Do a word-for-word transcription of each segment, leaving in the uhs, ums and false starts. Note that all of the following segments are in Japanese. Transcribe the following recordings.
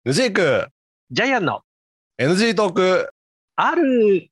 ヌジークジャイアンのエヌジー トークある。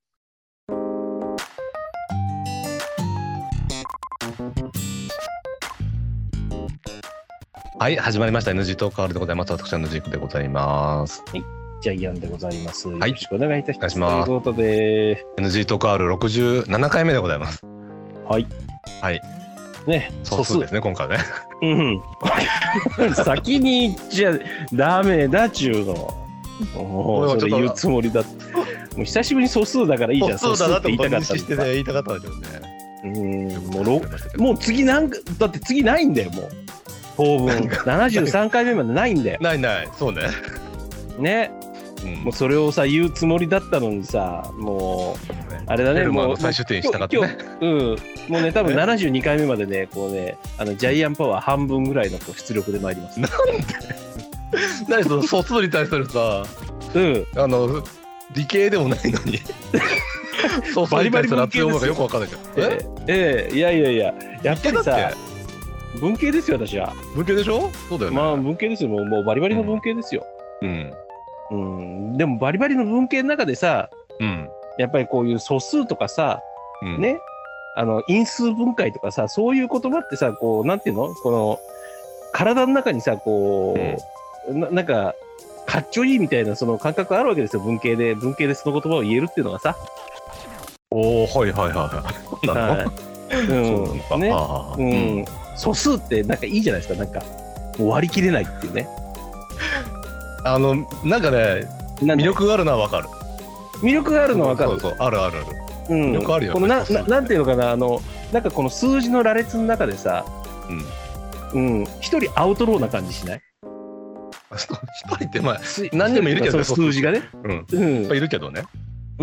はい、始まりました エヌジー トークあるでございます。私はヌジークでございます。 はい、ジャイアンでございます。よはいろしくお願いいたします。 お願いしますということで、 エヌジー トーク アールろくじゅうななかいめでございます。 はいはい、 ね、 素数ですね今回はね。 うん先に言っちゃダメだっちゅうの。もうそれ言うつもりだって。もう久しぶりに素数だからいいじゃん。 素数だなって言いたかった認識してね、言いたかったんだけどね。 うんもうろもう次なんかだって次ないんだよもう。当分ななじゅうさんかいめまでないんだよ。 ないないそうね。 ね。 うん、 もうそれをさ言うつもりだったのにさ、もうあれだね、もう最終点にしたかったね。 うん、もうね多分ななじゅうにかいめまでねこうねあのジャイアンパワー半分ぐらいのこう出力で参ります。 なんで？何その素数に対するさ、 うん、 あの理系でもないのに素数に対する熱い思いがよくわかんないけど。 えええいやいやいややっぱりさ文系ですよ私は。 文系でしょ？そうだよね。 まあ文系ですよ、もうもうバリバリの文系ですよ。 うん。 うん、でもバリバリの文系の中でさ、 うん、 やっぱりこういう素数とかさ、 うん、 ね、あの因数分解とかさ、そういう言葉ってさ、こうなんていうの、この体の中にさ、こう、うん、な, なんかかっちょいいみたいなその感覚あるわけですよ。文系で文系でその言葉を言えるっていうのがさ。 おお、はいはいはいはい。なの？ うん、ね、うん、素数ってなんかいいじゃないですか。なんかもう割り切れないっていうね。 あのなんかね魅力があるのはわかる。 魅力があるのはわかる。 そうそうあるあるある。 うん、 魅力あるよ。 このなななんていうのかな、あのなんかこの数字の羅列の中でさ、うん、うん、一人アウトローな感じしない？ 一人ってまあ何人もいるけどね、 数字がね、 うん、うん、いっぱいいるけどね。 うん、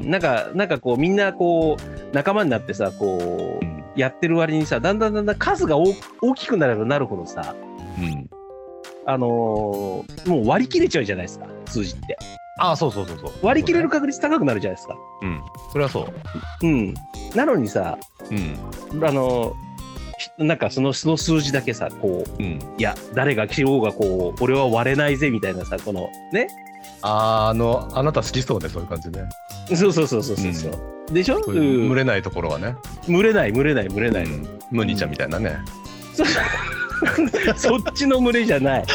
なんかなんかこうみんなこう仲間になってさこう、うん、やってる割にさだんだんだんだん数が 大, 大きくなればなるほどさ、うん、あのー、もう割り切れちゃうじゃないですか数字って。 ああそうそうそうそう割り切れる確率高くなるじゃないですか。 うん、それはそう。 うん、なのにさ、 うん、 あのー、なんかそのその数字だけさこう、うん、いや誰が来ようがこう俺は割れないぜみたいなさこのね。 あ, あのあなた好きそうねそういう感じね。 そうそうそうそうそう、うん、でしょ、うん、 群れないところはね群れない群れない群れない、うん、 ムニちゃんみたいなね、 うん、そっちの群れじゃない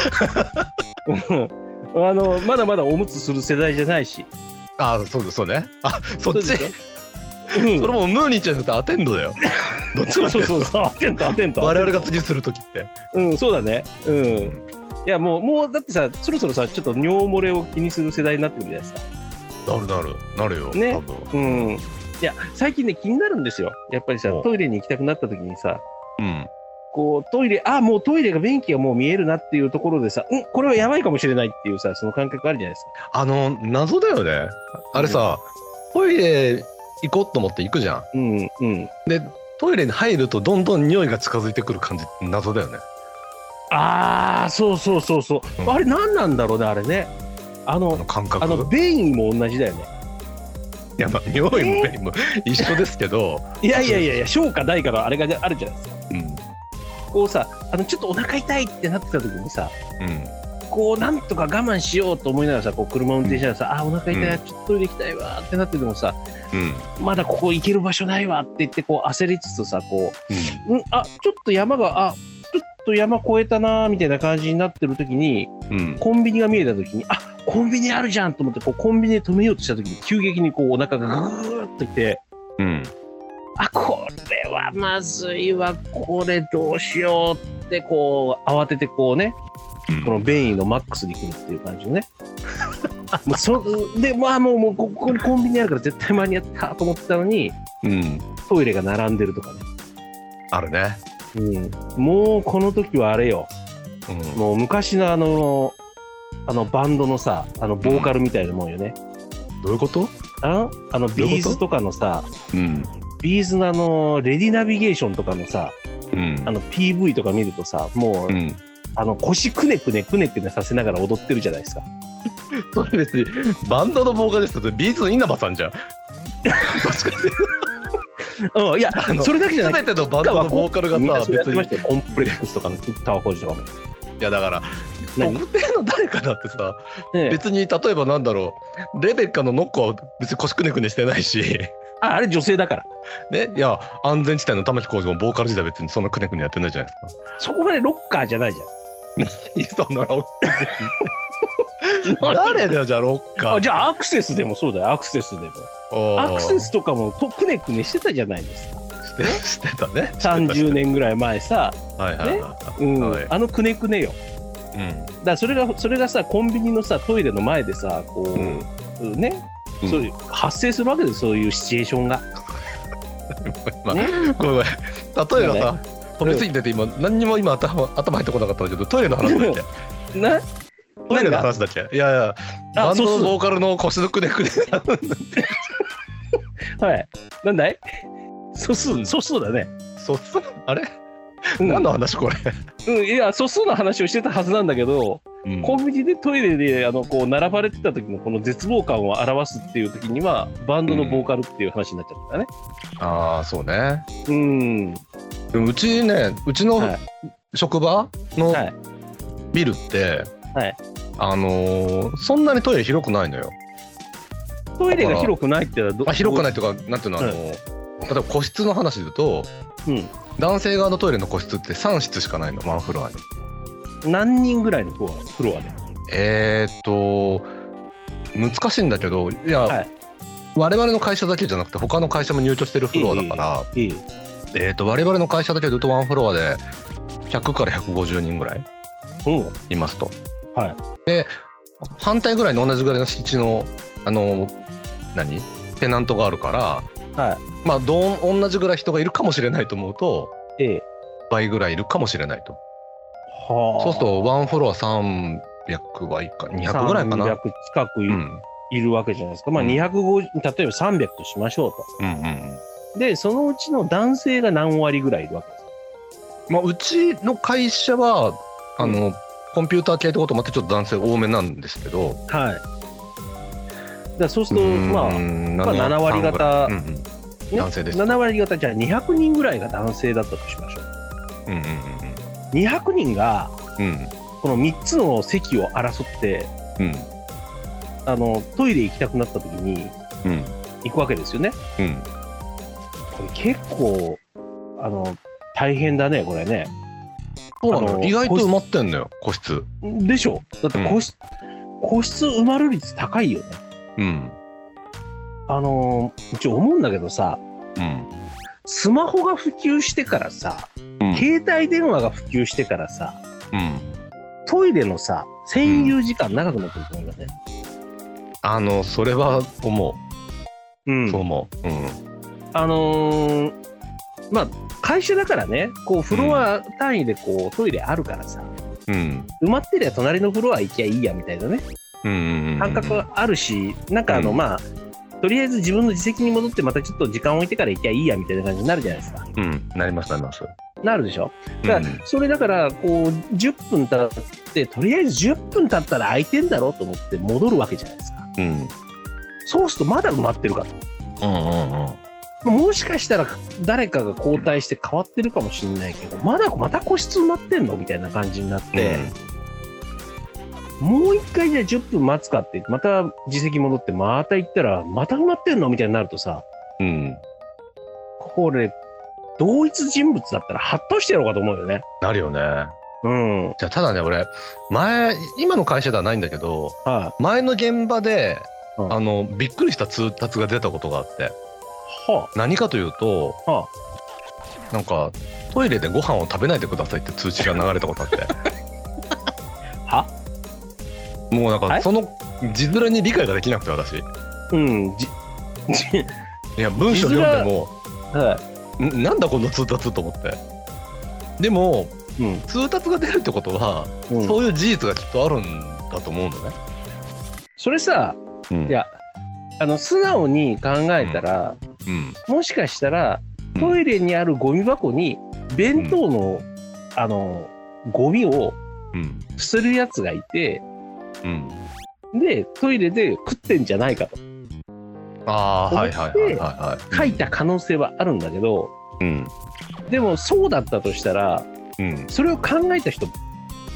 あのまだまだおむつする世代じゃないし。 ああそうですそうね。あそっちそ, うん、それもムーニーちゃんだとアテンドだよ。 どっちもそうそうそうアテントアテント我々が次するときってうんそうだねうん、うん、いやもうもうだってさそろそろさちょっと尿漏れを気にする世代になってるじゃないですか。 なるなるなるよね。うんいや最近ね気になるんですよやっぱりさトイレに行きたくなった時にさ、うん、こうトイレあもうトイレが便器がもう見えるなっていうところでさんこれはやばいかもしれないっていうさその感覚あるじゃないですか。 あの謎だよねあれさ、うん、トイレ行こうと思って行くじゃん、うんうん、でトイレに入るとどんどん匂いが近づいてくる感じ謎だよね。 ああそうそうそうそう、うん、あれ何なんだろうねあれねあの、あの感覚あの便意も同じだよね。 いやまあ匂いも便意も一緒ですけどいやいやいやいや小か大かのあれがあるじゃないですか、うん、こうさあのちょっとお腹痛いってなってた時にさ、うん、こうなんとか我慢しようと思いながらさこう車運転しながらさ、うん、あお腹痛い、うん、ちょっとトイレ行きたいわってなっててもさ、うん、まだここ行ける場所ないわって言ってこう焦りつつさこう、うん、あちょっと山があちょっと山越えたなみたいな感じになってる時に、うん、コンビニが見えた時にあコンビニあるじゃんと思ってこうコンビニで止めようとした時に急激にこうお腹がグーッといって、うん、あこれはまずいわこれどうしようってこう慌ててこうね、うん、この便意のマックスに来るっていう感じのねもうそでまあもうもうここにコンビニあるから絶対間に合ったと思ってたのに、うん、トイレが並んでるとかねあるね、 うん、もうこの時はあれよ、うん、もう昔のあのあのバンドのさあのボーカルみたいなもんよね、 うん、どういうこと？ ああのビーズとかのさ、うん、ビーズのあのレディナビゲーションとかのさ、うん、あの ピーブイ とか見るとさもう、うん、あの腰くねくねくねくねさせながら踊ってるじゃないですか。 それ別にバンドのボーカルですとビーズの稲葉さんじゃんうん、いやそれだけじゃない全てのバンドのボーカルがさ別にやってましたよコンプレックスとかのタワー工事とかも。 いやだから特定の誰かだってさ、ね、別に例えばなんだろう、レベッカのノッコは別に腰くねくねしてないしあ, あれ女性だからね。いや安全地帯の玉置浩二もボーカル時代別にそんなくねくねやってないじゃないですか。 そこまでロッカーじゃないじゃんそんなロッカー誰だよじゃあロッカー。 あじゃあアクセスでもそうだよ。アクセスでもアクセスとかもとくねくねしてたじゃないですか。 してたね。 さんじゅうねんぐらい前さ、 はいはいはい、ねうんはい、 あのくねくねよ、うん、だからそれがそれがさコンビニのさトイレの前でさこう、うん、ね、うん、そういう発生するわけです。そういうシチュエーションがまあ、ね、ごめんごめん例えばさ、ね、褒めすぎてて今何にも今 頭, 頭入ってこなかったんだけどトイレの話だっけなトイレの話だっけ。いやいやバンドのボーカルの腰のくねくねはいなんだい素数素数だね。 素数あれ、うん、何の話これ、 うん、いや素数の話をしてたはずなんだけど、うん、コンビニでトイレであのこう並ばれてた時のこの絶望感を表すっていう時にはバンドのボーカルっていう話になっちゃったね、 うん、ああそうね。 うんでもうちねうちの職場のビルって、 はいはい、 あのー、そんなにトイレ広くないのよ。 トイレが広くないってのはどあ広くないっていうかなんていうの、あのーはい例えば個室の話で言うと、うん、男性側のトイレの個室ってさん室しかないのワンフロアに。 何人ぐらいのフロア、フロアでえーっと難しいんだけどいや、はい、我々の会社だけじゃなくて他の会社も入居してるフロアだから、えーえーえー、と我々の会社だけで言うとワンフロアでひゃくからひゃくごじゅうにんぐらいいますと、 はい、 で反対ぐらいの同じぐらいの敷地のあの何テナントがあるからはい、まあど同じぐらい人がいるかもしれないと思うと、ええ、倍ぐらいいるかもしれないと。はあ、そうするとワンフロアさんびゃくはいかにひゃくぐらいかな。 さんびゃく近く い,、うん、いるわけじゃないですか。まあにひゃくごじゅう、うん、例えばさんびゃくとしましょうと、うんうんうん、でそのうちの男性が何割ぐらいいるわけですか。 まあ、うちの会社はあの、うん、コンピューター系ってこともあってちょっと男性多めなんですけど、はい、だそうすると、まあ、まあなな割方、うんうんね、 男性です。 なな割方じゃあにひゃくにんぐらいが男性だったとしましょう。うんうんうん、にひゃくにんが、うん、このみっつの席を争って、うん、あのトイレ行きたくなった時に、うん、行くわけですよね。うん、これ結構あの大変だねこれね。 そうなの。意外と埋まってんのよ個室。 でしょ。だって個室、うん、個室埋まる率高いよね。うん、あのー、一応思うんだけどさ、うん、スマホが普及してからさ、うん、携帯電話が普及してからさ、うん、トイレのさ占有時間長くなってると思いますね。 あのそれは思う、うん、そう思う、うん、 あのー、まあ会社だからねこうフロア単位でこうトイレあるからさ、うん、埋まってりゃ隣のフロア行きゃいいやみたいなね感覚はあるし、なんかあの、うん、まあとりあえず自分の自席に戻ってまたちょっと時間を置いてから行きゃいいやみたいな感じになるじゃないですか。 うん、なりますなります。 なるでしょ。だからそれだからこうじゅっぷん経ってとりあえずじゅっぷん経ったら空いてんだろうと思って戻るわけじゃないですか。うん、そうするとまだ埋まってるかと。うんうんうん、もしかしたら誰かが交代して変わってるかもしれないけど、まだまた個室埋まってんのみたいな感じになって。うん、もう一回じゃあじゅっぷん待つかってまた自席戻ってまた行ったらまた埋まってんのみたいになるとさ、うん、これ同一人物だったらハッとしてやろうかと思うよね。 なるよね。 うん。 じゃあただね俺前今の会社ではないんだけど、はあ、前の現場で、はあ、あのびっくりした通達が出たことがあって、はあ、何かというと、はあ、なんかトイレでご飯を食べないでくださいって通知が流れたことあって。 はもうなんかその字面に理解ができなくて私、 うん、じいや文章読んでも、はい、なんだこの通達と思って。でも、うん、通達が出るってことは、うん、そういう事実がきっとあるんだと思うのね。 それさ、うん、いやあの素直に考えたら、うんうん、もしかしたらトイレにあるゴミ箱に弁当の、うん、あのゴミを捨てるやつがいて、うん、でトイレで食ってんじゃないかとあーはいはいはいはい書いた可能性はあるんだけど、うん、でもそうだったとしたら、うん、それを考えた人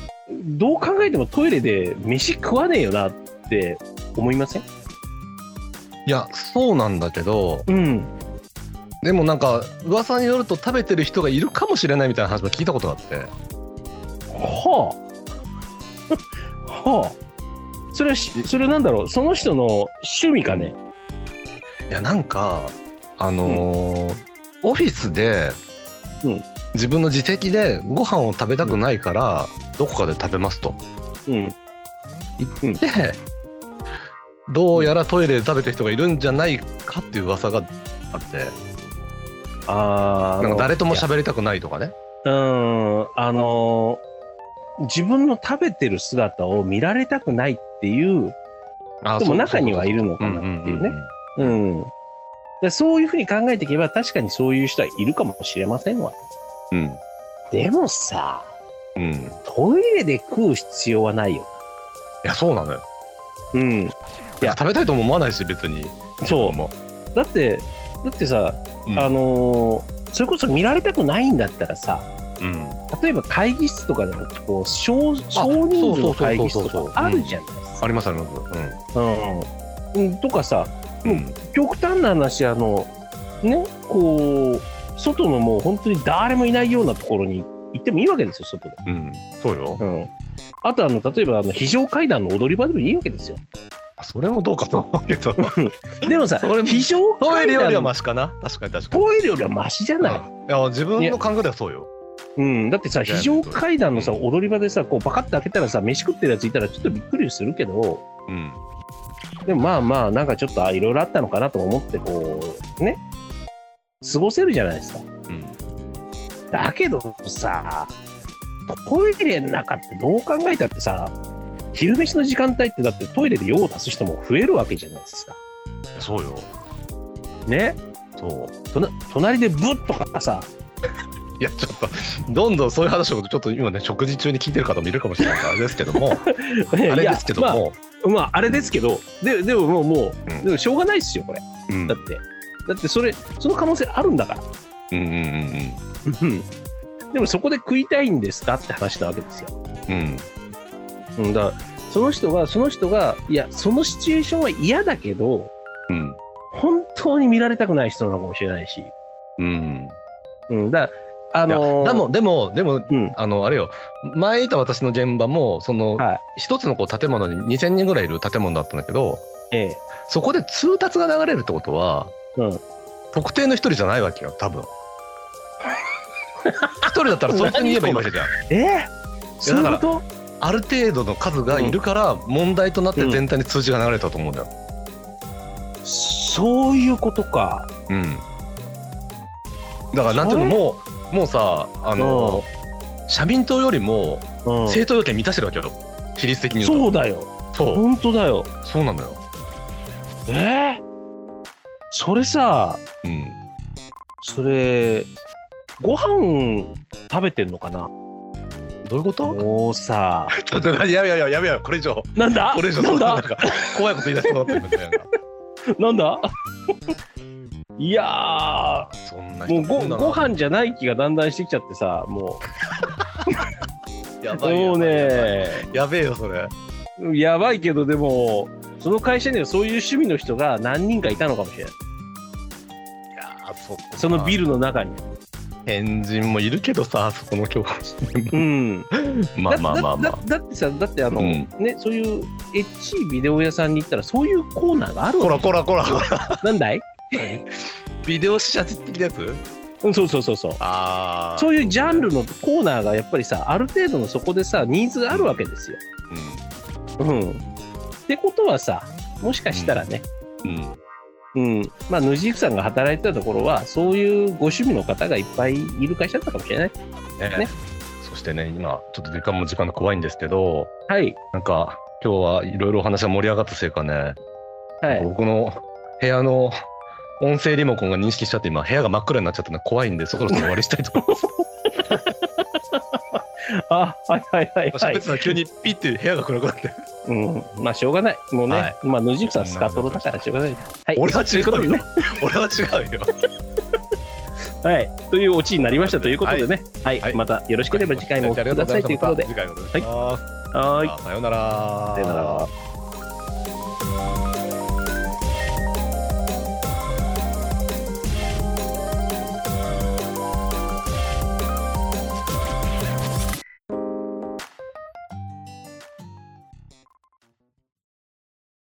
どう考えてもトイレで飯食わねえよなって思いません？ いやそうなんだけど、うん、でもなんか噂によると食べてる人がいるかもしれないみたいな話も聞いたことがあって。 はあはあ、それはそれなんだろう、その人の趣味かね。 いやなんかあのーうん、オフィスで、うん、自分の自責でご飯を食べたくないから、うん、どこかで食べますと、うん、言って、うん、どうやらトイレで食べてる人がいるんじゃないかっていう噂があって、あなんか誰とも喋りたくないとかね。 うん、あのー、自分の食べてる姿を見られたくないっていう人も中にはいるのかなっていうね。うん。でそういうふうに考えていけば確かにそういう人はいるかもしれませんわ。うん。でもさ、うん、トイレで食う必要はないよ。 いやそうなのよ。うん。いや食べたいとも思わないし別に。 そう。だってだってさ、うん、あのー、それこそ見られたくないんだったらさ、うん、例えば会議室とかでもこう 少, 少人数の会議室とかあるじゃないですか。 ありますあります。うん。 うん、とかさ。もう極端な話、あのねこう外のもう本当に誰もいないようなところに行ってもいいわけですよ、外で。 うん、そうよ。うん、 あとあの例えばあの非常階段の踊り場でもいいわけですよ。 それもどうかと思うけどでもさ、非常階段トイレよりはマシかな。確かに確かにトイレよりはマシじゃない。 いや自分の考えではそうよ。 うん、だってさ非常階段のさ踊り場でさこうパカッと開けたらさ飯食ってるやついたらちょっとびっくりするけど、うん、でもまあまあなんかちょっといろいろあったのかなと思ってこうね過ごせるじゃないですか。うん、だけどさトイレの中ってどう考えたってさ昼飯の時間帯ってだってトイレで用を足す人も増えるわけじゃないですか。 そうよ。 ね。そうとな隣でブッとかさいやちょっとどんどんそういう話をちょっと今ね食事中に聞いてる方もいるかもしれないからあれですけどもあれですけどもまあ、まあ、あれですけどで, でももうもう、うん、でもしょうがないですよこれ、うん、だってだってそれその可能性あるんだから。うんうんうんうんでもそこで食いたいんですかって話なわけですよ。うん、だからその人がその人がいやそのシチュエーションは嫌だけど、うん、本当に見られたくない人なのかもしれないし、うんうん、だからあのー、 でもでもでも、うん、あのあれよ前いた私の現場もその、はい、一つのこう建物ににせんにんぐらいいる建物だったんだけど、ええ、そこで通達が流れるってことは、うん、特定の一人じゃないわけよ多分一人だったらそいつに言えばいいわけじゃん。 えー、そういうこと？ ある程度の数がいるから問題となって全体に通知が流れたと思うんだよ、 うん、そういうことか。うんだからなんていうのもうもうさあの社民党よりも政党要件満たしてるわけよ比率的に言うと。 そうだよ。そう本当だよ。 そうなのよ。 えー、それさ、うん、それご飯食べてんのかな。 どういうこと？ もうさちょっとやめようやめようやめようこれ以上なんだこれ以上なんだなんか怖いこと言い出しそうになってるみたいななんだいやーそんなもう ご, ご飯じゃない気がだんだんしてきちゃってさもうやばいもうねやべえよそれ。 やばいけどでもその会社にはそういう趣味の人が何人かいたのかもしれない。いやそっかそのビルの中に変人もいるけどさそこの教室にも、うん、まあまあまあまあ だ, だ, だってさだってあの、うん、ねそういうエッチいビデオ屋さんに行ったらそういうコーナーがあるわけ。 こらこらこらなんだいビデオ試写的なやつ？ うん、そうそうそうそう。あそういうジャンルのコーナーがやっぱりさある程度のそこでさニーズがあるわけですよ。うん。うん、ってことはさもしかしたらね、うん、うん、まあヌジークさんが働いてたところはそういうご趣味の方がいっぱいいる会社だったかもしれない。ね。ねそしてね今ちょっと時間も時間が怖いんですけど、 はい。 なんか今日はいろいろお話が盛り上がったせいかね、はい。僕の部屋の音声リモコンが認識しちゃって今部屋が真っ暗になっちゃったの怖いんでそろそろ終わりしたいと思いますあ、はいはいはいはい。 喋ってたら急にピッて部屋が暗くなって。 うん、まあしょうがない。もうね、はい、まあヌジークさんスカトロだからしょうがない。 はい。俺は違うよ。ね、俺は違うよ。 はい。というオチになりましたということでね。はい。はい、またよろしくれば次回もお聞きくださいということで。 次回もお願いします。はい。 はい、 さようなら。 さようなら。